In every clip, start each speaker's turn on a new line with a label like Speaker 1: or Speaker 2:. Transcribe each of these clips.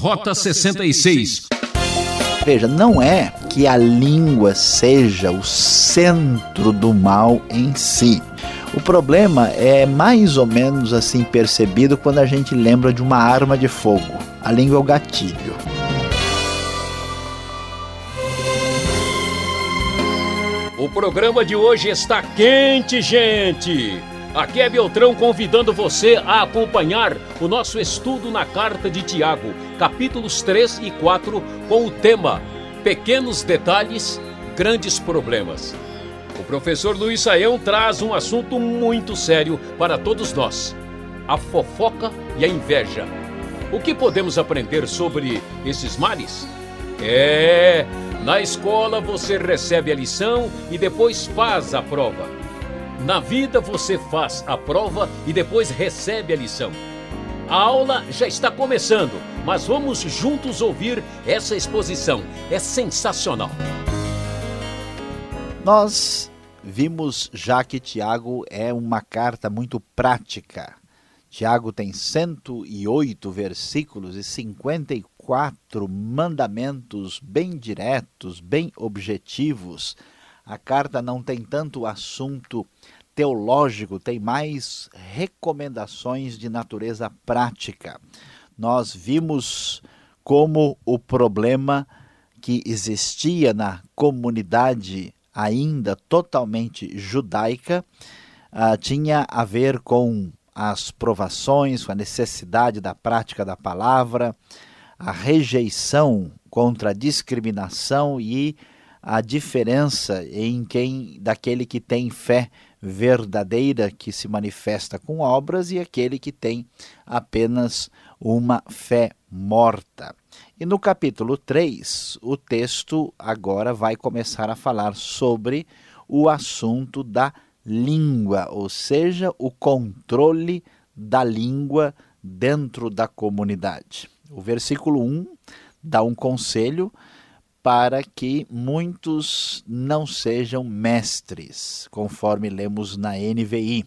Speaker 1: Rota 66.
Speaker 2: Veja, não é que a língua seja o centro do mal em si. O problema é mais ou menos assim percebido quando a gente lembra de uma arma de fogo. A língua é o gatilho.
Speaker 1: O programa de hoje está quente, gente! Aqui é Beltrão convidando você a acompanhar o nosso estudo na Carta de Tiago, capítulos 3 e 4, com o tema Pequenos Detalhes, Grandes Problemas. O professor Luiz Saião traz um assunto muito sério para todos nós: a fofoca e a inveja. O que podemos aprender sobre esses males? Na escola você recebe a lição e depois faz a prova. Na vida você faz a prova e depois recebe a lição. A aula já está começando, mas vamos juntos ouvir essa exposição. É sensacional.
Speaker 2: Nós vimos já que Tiago é uma carta muito prática. Tiago tem 108 versículos e 54 mandamentos bem diretos, bem objetivos. A carta não tem tanto assunto teológico, tem mais recomendações de natureza prática. Nós vimos como o problema que existia na comunidade ainda totalmente judaica tinha a ver com as provações, com a necessidade da prática da palavra, a rejeição contra a discriminação e a diferença daquele que tem fé verdadeira, que se manifesta com obras, e aquele que tem apenas uma fé morta. E no capítulo 3, o texto agora vai começar a falar sobre o assunto da língua, ou seja, o controle da língua dentro da comunidade. O versículo 1 dá um conselho para que muitos não sejam mestres, conforme lemos na NVI.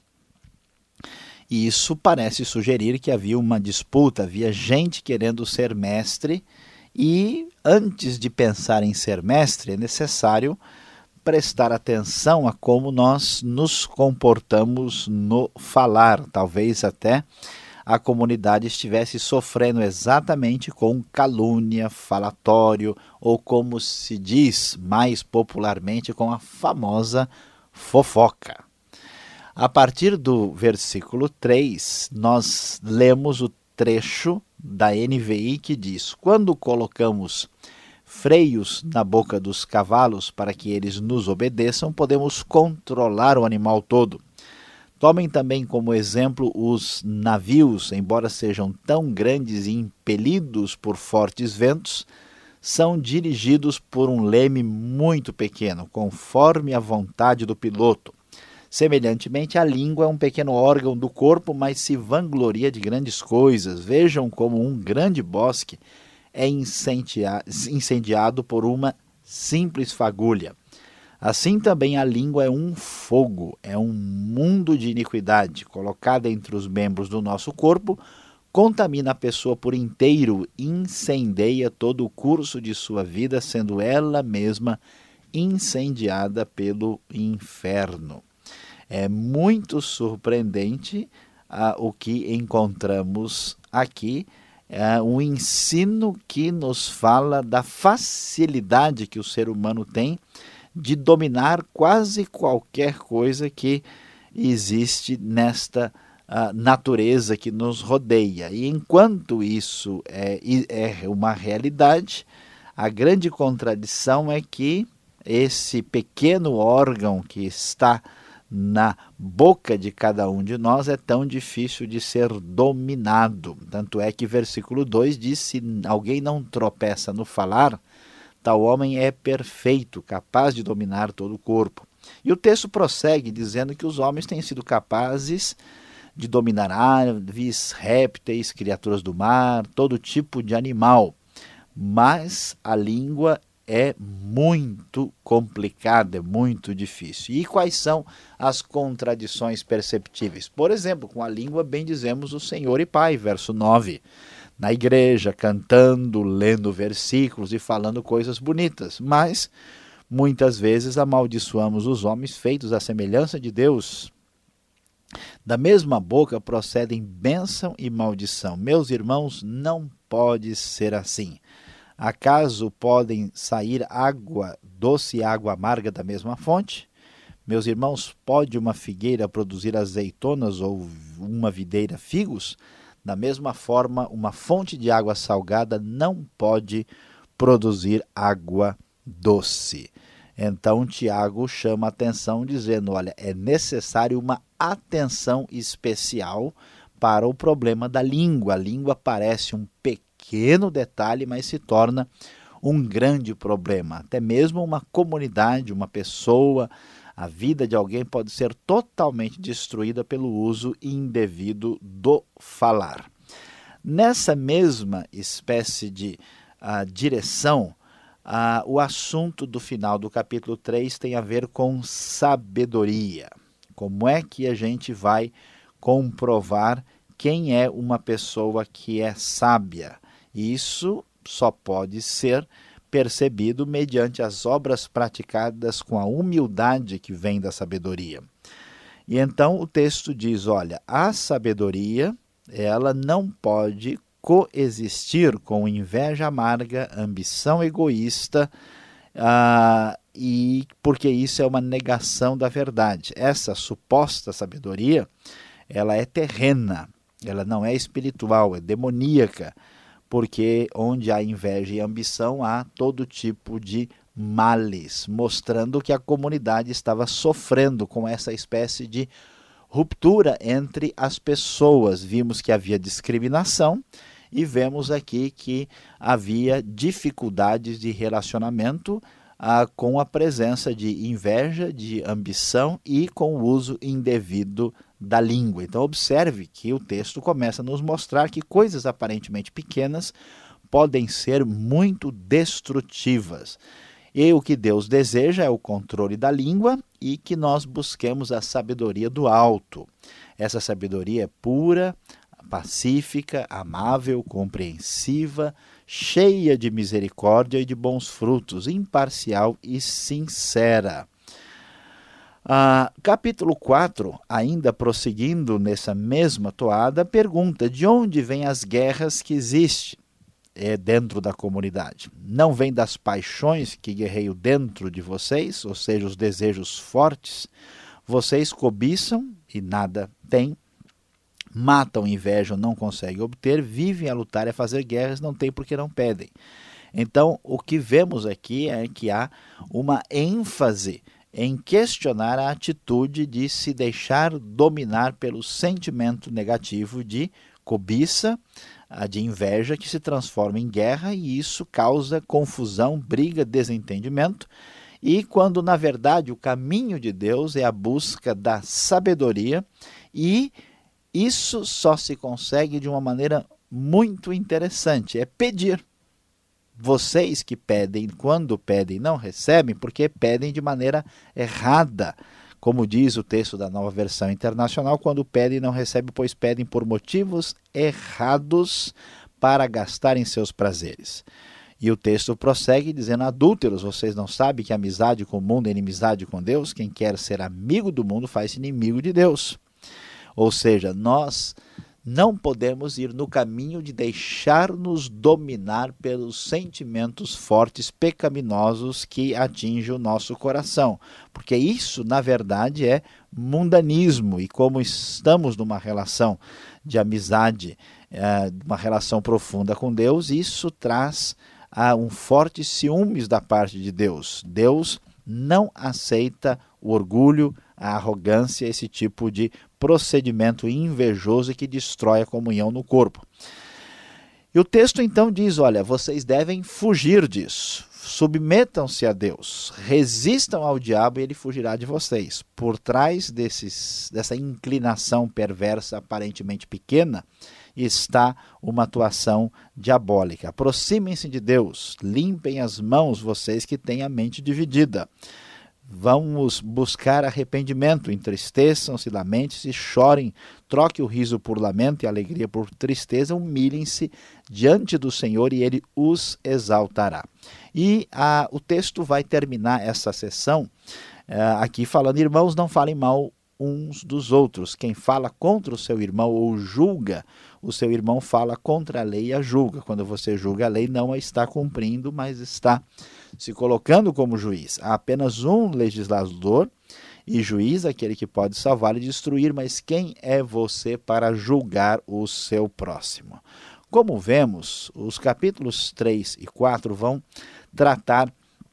Speaker 2: E isso parece sugerir que havia uma disputa, havia gente querendo ser mestre, e antes de pensar em ser mestre, é necessário prestar atenção a como nós nos comportamos no falar. Talvez até a comunidade estivesse sofrendo exatamente com calúnia, falatório, ou como se diz mais popularmente, com a famosa fofoca. A partir do versículo 3, nós lemos o trecho da NVI que diz: quando colocamos freios na boca dos cavalos para que eles nos obedeçam, podemos controlar o animal todo. Tomem também como exemplo os navios, embora sejam tão grandes e impelidos por fortes ventos, são dirigidos por um leme muito pequeno, conforme a vontade do piloto. Semelhantemente, a língua é um pequeno órgão do corpo, mas se vangloria de grandes coisas. Vejam como um grande bosque é incendiado por uma simples fagulha. Assim também a língua é um fogo, é um mundo de iniquidade, colocada entre os membros do nosso corpo, contamina a pessoa por inteiro, incendeia todo o curso de sua vida, sendo ela mesma incendiada pelo inferno. É muito surpreendente o que encontramos aqui, um ensino que nos fala da facilidade que o ser humano tem de dominar quase qualquer coisa que existe nesta natureza que nos rodeia. E enquanto isso é uma realidade, a grande contradição é que esse pequeno órgão que está na boca de cada um de nós é tão difícil de ser dominado. Tanto é que versículo 2 diz: se alguém não tropeça no falar, tal homem é perfeito, capaz de dominar todo o corpo. E o texto prossegue dizendo que os homens têm sido capazes de dominar aves, répteis, criaturas do mar, todo tipo de animal. Mas a língua é muito complicada, é muito difícil. E quais são as contradições perceptíveis? Por exemplo, com a língua bendizemos o Senhor e Pai, verso 9. na igreja, cantando, lendo versículos e falando coisas bonitas, mas muitas vezes amaldiçoamos os homens feitos à semelhança de Deus. Da mesma boca procedem bênção e maldição. Meus irmãos, não pode ser assim. Acaso podem sair água doce e água amarga da mesma fonte? Meus irmãos, pode uma figueira produzir azeitonas ou uma videira figos? Da mesma forma, uma fonte de água salgada não pode produzir água doce. Então, Tiago chama a atenção dizendo, olha, é necessário uma atenção especial para o problema da língua. A língua parece um pequeno detalhe, mas se torna um grande problema. Até mesmo uma comunidade, uma pessoa, a vida de alguém pode ser totalmente destruída pelo uso indevido do falar. Nessa mesma espécie de direção, o assunto do final do capítulo 3 tem a ver com sabedoria. Como é que a gente vai comprovar quem é uma pessoa que é sábia? Isso só pode ser percebido mediante as obras praticadas com a humildade que vem da sabedoria. E então o texto diz, olha, a sabedoria, ela não pode coexistir com inveja amarga, ambição egoísta, e porque isso é uma negação da verdade. Essa suposta sabedoria, ela é terrena, ela não é espiritual, é demoníaca, porque onde há inveja e ambição há todo tipo de males, mostrando que a comunidade estava sofrendo com essa espécie de ruptura entre as pessoas. Vimos que havia discriminação e vemos aqui que havia dificuldades de relacionamento com a presença de inveja, de ambição e com o uso indevido da língua. Então observe que o texto começa a nos mostrar que coisas aparentemente pequenas podem ser muito destrutivas. E o que Deus deseja é o controle da língua e que nós busquemos a sabedoria do alto. Essa sabedoria é pura, pacífica, amável, compreensiva, cheia de misericórdia e de bons frutos, imparcial e sincera. Capítulo 4, ainda prosseguindo nessa mesma toada, pergunta de onde vêm as guerras que existem dentro da comunidade. Não vem das paixões que guerreiam dentro de vocês, ou seja, os desejos fortes. Vocês cobiçam e nada têm, matam, invejam, não conseguem obter, vivem a lutar e a fazer guerras, não têm porque não pedem. Então, o que vemos aqui é que há uma ênfase em questionar a atitude de se deixar dominar pelo sentimento negativo de cobiça, de inveja, que se transforma em guerra, e isso causa confusão, briga, desentendimento, e quando na verdade o caminho de Deus é a busca da sabedoria, e isso só se consegue de uma maneira muito interessante, é pedir. Vocês que pedem, quando pedem, não recebem, porque pedem de maneira errada. Como diz o texto da Nova Versão Internacional, quando pedem, não recebem, pois pedem por motivos errados para gastarem seus prazeres. E o texto prossegue dizendo, adúlteros, vocês não sabem que amizade com o mundo é inimizade com Deus? Quem quer ser amigo do mundo faz inimigo de Deus. Ou seja, nós não podemos ir no caminho de deixar-nos dominar pelos sentimentos fortes, pecaminosos que atingem o nosso coração. Porque isso, na verdade, é mundanismo. E como estamos numa relação de amizade, uma relação profunda com Deus, isso traz um forte ciúmes da parte de Deus. Deus não aceita o orgulho, a arrogância, esse tipo de procedimento invejoso que destrói a comunhão no corpo. E o texto então diz, olha, vocês devem fugir disso, submetam-se a Deus, resistam ao diabo e ele fugirá de vocês. Por trás dessa inclinação perversa aparentemente pequena, está uma atuação diabólica. Aproximem-se de Deus, limpem as mãos, vocês que têm a mente dividida. Vamos buscar arrependimento, entristeçam-se, lamentem-se, chorem, troque o riso por lamento e a alegria por tristeza, humilhem-se diante do Senhor e Ele os exaltará. E o texto vai terminar essa sessão aqui falando: irmãos, não falem mal uns dos outros. Quem fala contra o seu irmão ou julga o seu irmão fala contra a lei e a julga. Quando você julga a lei, não a está cumprindo, mas está se colocando como juiz. Há apenas um legislador e juiz, aquele que pode salvar e destruir, mas quem é você para julgar o seu próximo? Como vemos, os capítulos 3 e 4 vão tratar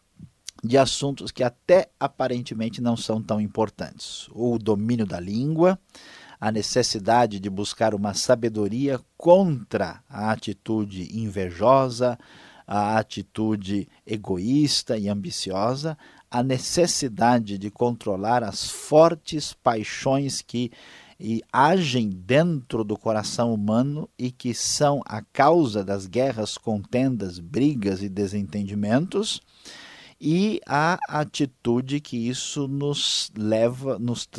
Speaker 2: de assuntos que até aparentemente não são tão importantes. O domínio da língua, a necessidade de buscar uma sabedoria contra a atitude invejosa, a atitude egoísta e ambiciosa, a necessidade de controlar as fortes paixões que agem dentro do coração humano e que são a causa das guerras, contendas, brigas e desentendimentos, e a atitude que isso nos leva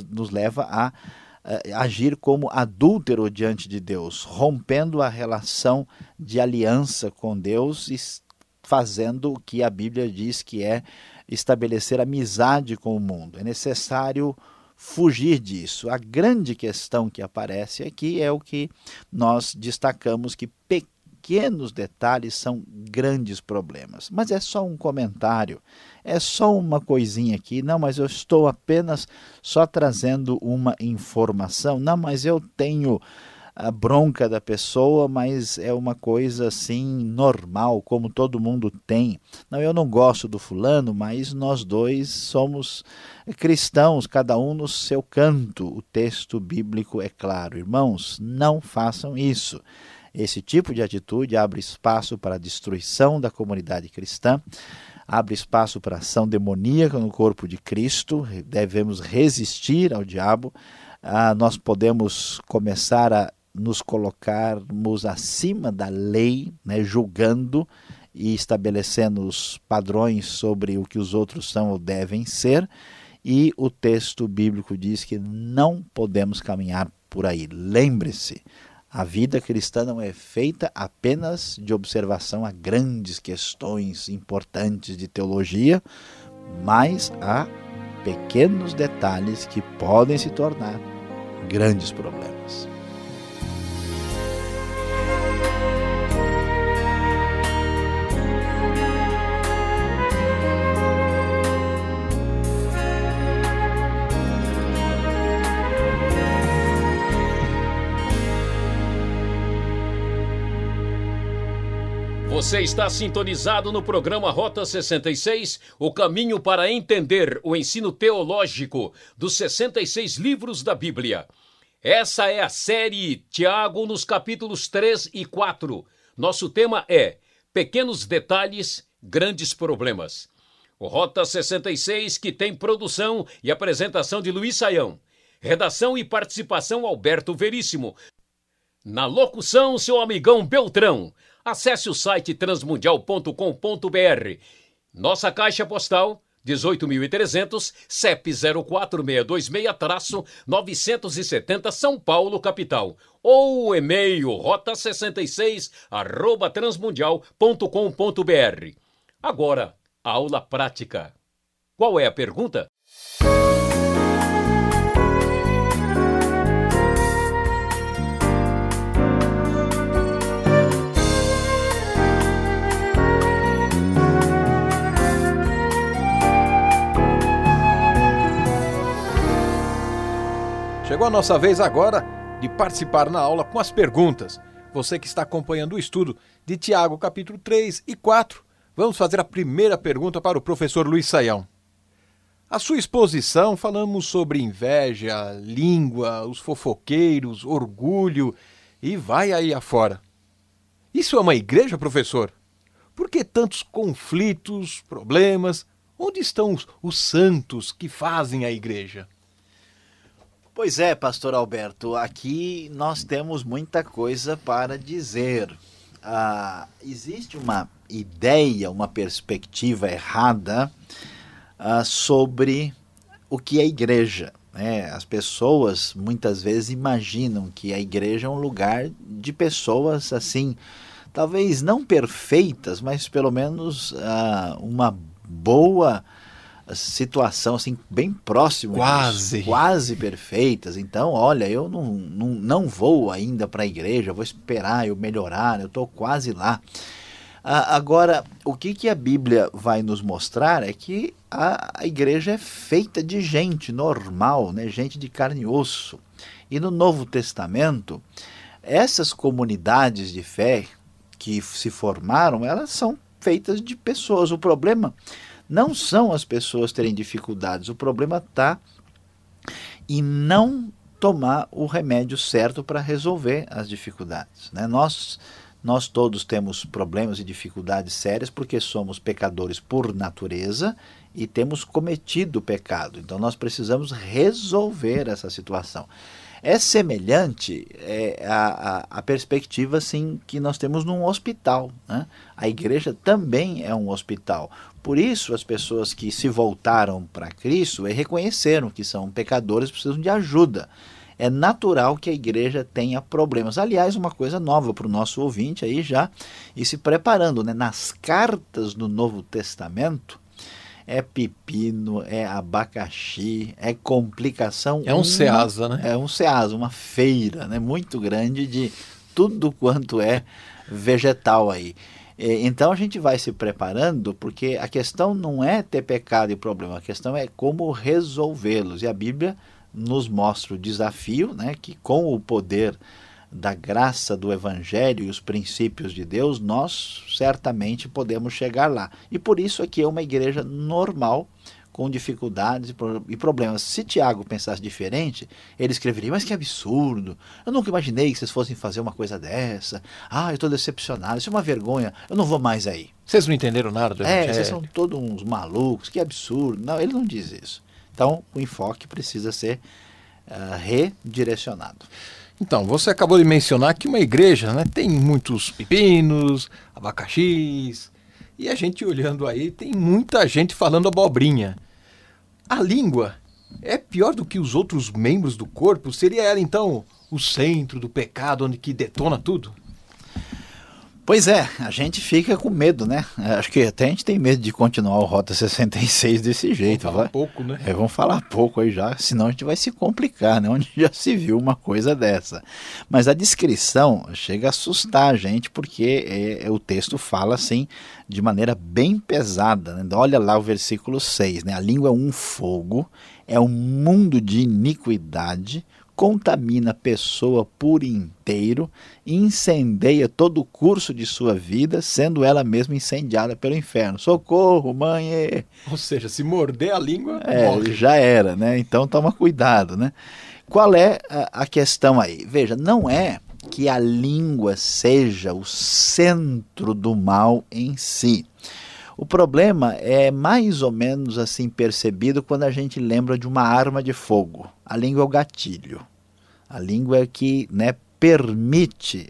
Speaker 2: a agir como adúltero diante de Deus, rompendo a relação de aliança com Deus e fazendo o que a Bíblia diz que é estabelecer amizade com o mundo. É necessário fugir disso. A grande questão que aparece aqui é o que nós destacamos, que pequenos detalhes são grandes problemas. Mas é só um comentário, é só uma coisinha aqui. Não, mas eu estou apenas só trazendo uma informação. Não, mas eu tenho a bronca da pessoa, mas é uma coisa assim normal, como todo mundo tem. Não, eu não gosto do fulano, mas nós dois somos cristãos, cada um no seu canto. O texto bíblico é claro. Irmãos, não façam isso. Esse tipo de atitude abre espaço para a destruição da comunidade cristã, abre espaço para a ação demoníaca no corpo de Cristo. Devemos resistir ao diabo. Nós podemos começar a nos colocarmos acima da lei, né, julgando e estabelecendo os padrões sobre o que os outros são ou devem ser. E o texto bíblico diz que não podemos caminhar por aí. Lembre-se, a vida cristã não é feita apenas de observação a grandes questões importantes de teologia, mas há pequenos detalhes que podem se tornar grandes problemas.
Speaker 1: Você está sintonizado no programa Rota 66, o caminho para entender o ensino teológico dos 66 livros da Bíblia. Essa é a série Tiago nos capítulos 3 e 4. Nosso tema é Pequenos Detalhes, Grandes Problemas. O Rota 66, que tem produção e apresentação de Luiz Saião. Redação e participação Alberto Veríssimo. Na locução, seu amigão Beltrão. Acesse o site transmundial.com.br. Nossa caixa postal 18.300, CEP 04626-970 São Paulo, capital. Ou o e-mail rota66@transmundial.com.br. Agora, a aula prática. Qual é a pergunta?
Speaker 3: Chegou a nossa vez agora de participar na aula com as perguntas. Você que está acompanhando o estudo de Tiago, capítulo 3 e 4, vamos fazer a primeira pergunta para o professor Luiz Saião. A sua exposição falamos sobre inveja, língua, os fofoqueiros, orgulho e vai aí afora. Isso é uma igreja, professor? Por que tantos conflitos, problemas? Onde estão os santos que fazem a igreja?
Speaker 2: Pois é, pastor Alberto, aqui nós temos muita coisa para dizer. Existe uma ideia, uma perspectiva errada sobre o que é igreja. As pessoas muitas vezes imaginam que a igreja é um lugar de pessoas assim, talvez não perfeitas, mas pelo menos uma boa situação, assim, bem próximo disso, quase perfeitas. Então, olha, eu não vou ainda para a igreja, vou esperar eu melhorar, eu estou quase lá. Agora, o que a Bíblia vai nos mostrar é que a igreja é feita de gente normal, né? Gente de carne e osso. E no Novo Testamento, essas comunidades de fé que se formaram, elas são feitas de pessoas. O problema não são as pessoas terem dificuldades, o problema está em não tomar o remédio certo para resolver as dificuldades, né? Nós todos temos problemas e dificuldades sérias porque somos pecadores por natureza e temos cometido pecado. Então nós precisamos resolver essa situação. É semelhante à perspectiva assim, que nós temos num hospital, né? A igreja também é um hospital. Por isso as pessoas que se voltaram para Cristo reconheceram que são pecadores e precisam de ajuda. É natural que a igreja tenha problemas. Aliás, uma coisa nova para o nosso ouvinte aí já ir se preparando, né? Nas cartas do Novo Testamento, é pepino, é abacaxi, é complicação.
Speaker 3: É um Ceasa, né?
Speaker 2: É um Ceasa, uma feira, né? Muito grande de tudo quanto é vegetal aí. Então a gente vai se preparando, porque a questão não é ter pecado e problema, a questão é como resolvê-los. E a Bíblia nos mostra o desafio, né, que com o poder da graça do Evangelho e os princípios de Deus, nós certamente podemos chegar lá. E por isso aqui é uma igreja normal, com dificuldades e problemas. Se Tiago pensasse diferente, ele escreveria, mas que absurdo, eu nunca imaginei que vocês fossem fazer uma coisa dessa, eu estou decepcionado, isso é uma vergonha, eu não vou mais aí.
Speaker 3: Vocês não entenderam nada do Evangelho?
Speaker 2: Vocês são todos uns malucos, que absurdo. Não, ele não diz isso. Então, o enfoque precisa ser redirecionado.
Speaker 3: Então, você acabou de mencionar que uma igreja, né, tem muitos pepinos, abacaxis, e a gente olhando aí, tem muita gente falando abobrinha. A língua é pior do que os outros membros do corpo? Seria ela, então, o centro do pecado, onde que detona tudo?
Speaker 2: Pois é, a gente fica com medo, né? Acho que até a gente tem medo de continuar o Rota 66 desse jeito.
Speaker 3: Vamos falar pouco, né?
Speaker 2: Vamos falar pouco aí já, senão a gente vai se complicar, né? Onde já se viu uma coisa dessa. Mas a descrição chega a assustar a gente, porque o texto fala assim, de maneira bem pesada, né? Olha lá o versículo 6, né? A língua é um fogo, é um mundo de iniquidade, contamina a pessoa por inteiro, incendeia todo o curso de sua vida, sendo ela mesma incendiada pelo inferno. Socorro, mãe!
Speaker 3: Ou seja, se morder a língua, morre.
Speaker 2: Já era, né? Então toma cuidado, né? Qual é a questão aí? Veja, não é que a língua seja o centro do mal em si. O problema é mais ou menos assim percebido quando a gente lembra de uma arma de fogo. A língua é o gatilho. A língua é que, né, permite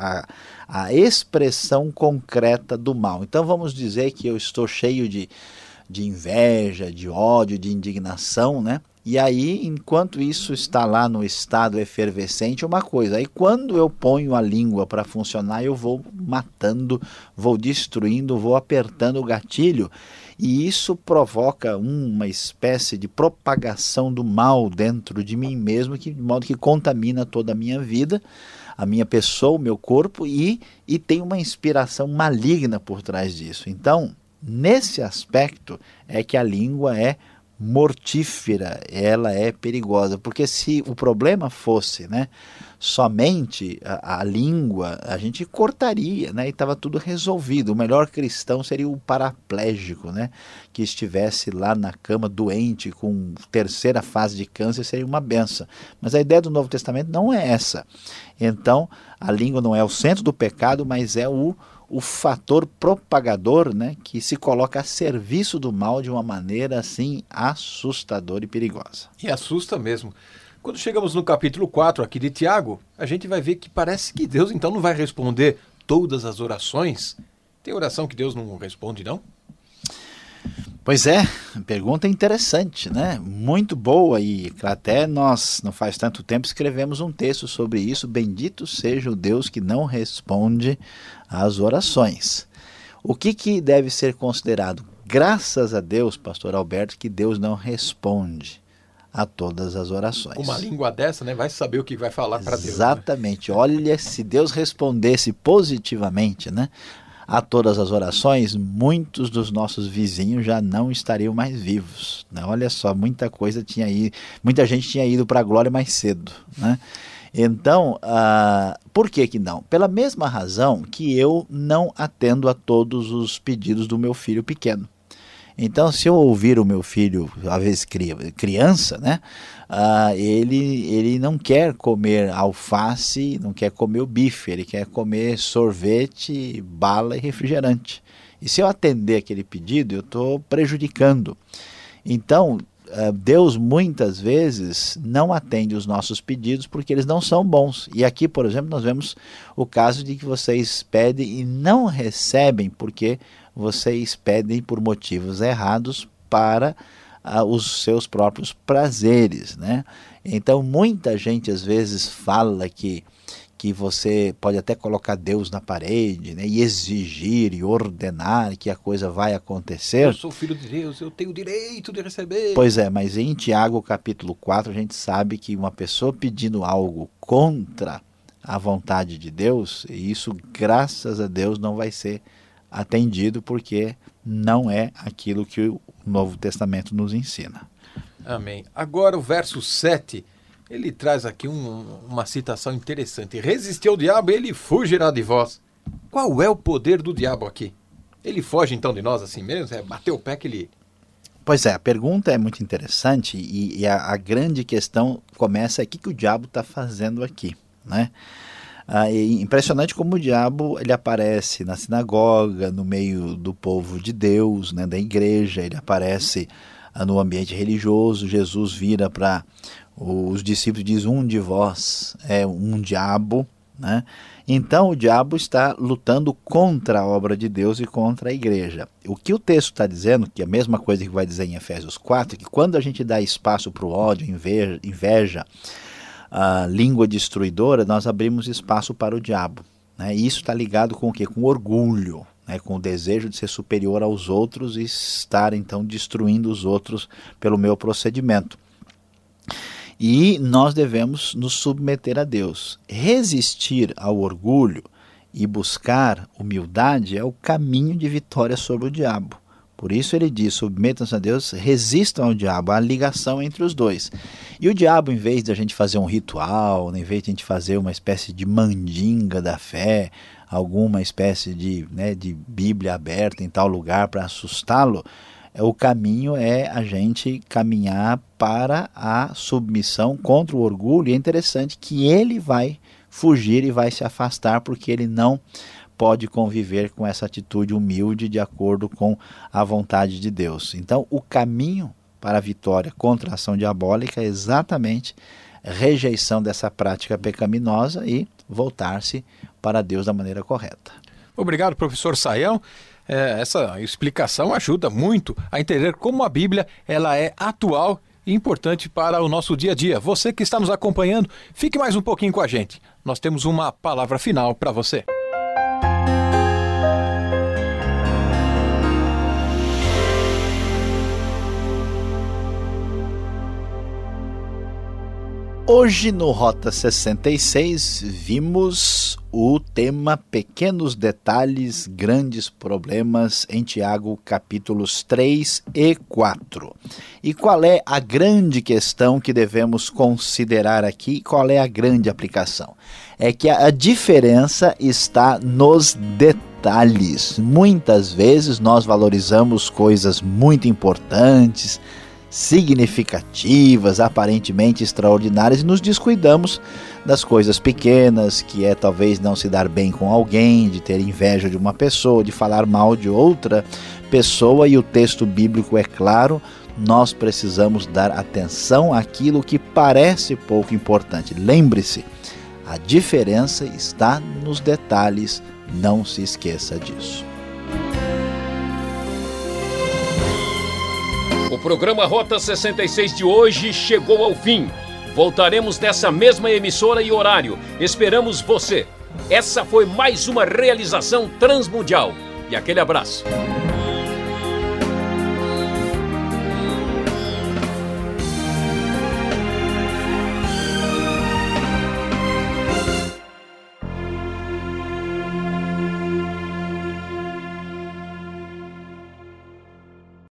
Speaker 2: a expressão concreta do mal. Então vamos dizer que eu estou cheio de inveja, de ódio, de indignação, né? E aí, enquanto isso está lá no estado efervescente, uma coisa. Aí quando eu ponho a língua para funcionar, eu vou matando, vou destruindo, vou apertando o gatilho. E isso provoca uma espécie de propagação do mal dentro de mim mesmo, de modo que contamina toda a minha vida, a minha pessoa, o meu corpo, e tem uma inspiração maligna por trás disso. Então, nesse aspecto é que a língua é mortífera, ela é perigosa, porque se o problema fosse, né, somente a língua, a gente cortaria, né, e estava tudo resolvido. O melhor cristão seria o paraplégico, né, que estivesse lá na cama doente com terceira fase de câncer, seria uma benção. Mas a ideia do Novo Testamento não é essa. Então a língua não é o centro do pecado, mas é o fator propagador, né, que se coloca a serviço do mal de uma maneira assim assustadora e perigosa.
Speaker 3: E assusta mesmo. Quando chegamos no capítulo 4 aqui de Tiago, a gente vai ver que parece que Deus então não vai responder todas as orações. Tem oração que Deus não responde, não?
Speaker 2: Pois é, pergunta interessante, né? Muito boa, e até nós, não faz tanto tempo, escrevemos um texto sobre isso. Bendito seja o Deus que não responde às orações. O que deve ser considerado? Graças a Deus, pastor Alberto, que Deus não responde a todas as orações.
Speaker 3: Uma língua dessa, né? Vai saber o que vai falar para Deus.
Speaker 2: Exatamente. Né? Olha, se Deus respondesse positivamente, né, a todas as orações, muitos dos nossos vizinhos já não estariam mais vivos. Né? Olha só, muita gente tinha ido para a glória mais cedo. Né? Então, por que não? Pela mesma razão que eu não atendo a todos os pedidos do meu filho pequeno. Então, se eu ouvir o meu filho, às vezes criança, né, ele não quer comer alface, não quer comer o bife, ele quer comer sorvete, bala e refrigerante. E se eu atender aquele pedido, eu estou prejudicando. Então, Deus muitas vezes não atende os nossos pedidos porque eles não são bons. E aqui, por exemplo, nós vemos o caso de que vocês pedem e não recebem porque vocês pedem por motivos errados para os seus próprios prazeres, né? Então, muita gente às vezes fala que você pode até colocar Deus na parede, né, e exigir e ordenar que a coisa vai acontecer.
Speaker 3: Eu sou filho de Deus, eu tenho o direito de receber.
Speaker 2: Pois é, mas em Tiago capítulo 4 a gente sabe que uma pessoa pedindo algo contra a vontade de Deus, e isso graças a Deus não vai ser atendido porque não é aquilo que o Novo Testamento nos ensina.
Speaker 3: Amém. Agora o verso 7, ele traz aqui uma citação interessante. Resistir ao diabo, ele fugirá de vós. Qual é o poder do diabo aqui? Ele foge então de nós assim mesmo? É bater o pé que ele...
Speaker 2: Pois é, a pergunta é muito interessante e a grande questão começa aqui, que o diabo está fazendo aqui, né? É impressionante como o diabo ele aparece na sinagoga, no meio do povo de Deus, né, da igreja, ele aparece no ambiente religioso. Jesus vira para os discípulos e diz: um de vós é um diabo, né? Então o diabo está lutando contra a obra de Deus e contra a igreja. O que o texto está dizendo, que é a mesma coisa que vai dizer em Efésios 4, que quando a gente dá espaço para o ódio, inveja, a língua destruidora, nós abrimos espaço para o diabo. Né? E isso está ligado com o quê? Com orgulho, né? Com o desejo de ser superior aos outros e estar então destruindo os outros pelo meu procedimento. E nós devemos nos submeter a Deus. Resistir ao orgulho e buscar humildade é o caminho de vitória sobre o diabo. Por isso ele diz: submetam-se a Deus, resistam ao diabo, há ligação entre os dois. E o diabo, em vez de a gente fazer um ritual, em vez de a gente fazer uma espécie de mandinga da fé, alguma espécie de Bíblia aberta em tal lugar para assustá-lo, o caminho é a gente caminhar para a submissão contra o orgulho. E é interessante que ele vai fugir e vai se afastar, porque ele não pode conviver com essa atitude humilde de acordo com a vontade de Deus. Então, o caminho para a vitória contra a ação diabólica é exatamente a rejeição dessa prática pecaminosa e voltar-se para Deus da maneira correta.
Speaker 3: Obrigado, professor Saião. Essa explicação ajuda muito a entender como a Bíblia ela é atual e importante para o nosso dia a dia. Você que está nos acompanhando, fique mais um pouquinho com a gente. Nós temos uma palavra final para você.
Speaker 2: Hoje no Rota 66 vimos o tema Pequenos Detalhes, Grandes Problemas em Tiago capítulos 3 e 4. E qual é a grande questão que devemos considerar aqui? Qual é a grande aplicação? É que a diferença está nos detalhes. Muitas vezes nós valorizamos coisas muito importantes, significativas, aparentemente extraordinárias, e nos descuidamos das coisas pequenas, que é talvez não se dar bem com alguém, de ter inveja de uma pessoa, de falar mal de outra pessoa. E o texto bíblico é claro: nós precisamos dar atenção àquilo que parece pouco importante. Lembre-se, a diferença está nos detalhes, não se esqueça disso.
Speaker 1: programa Rota 66 de hoje chegou ao fim. Voltaremos nessa mesma emissora e horário. Esperamos você. Essa foi mais uma realização transmundial. E aquele abraço.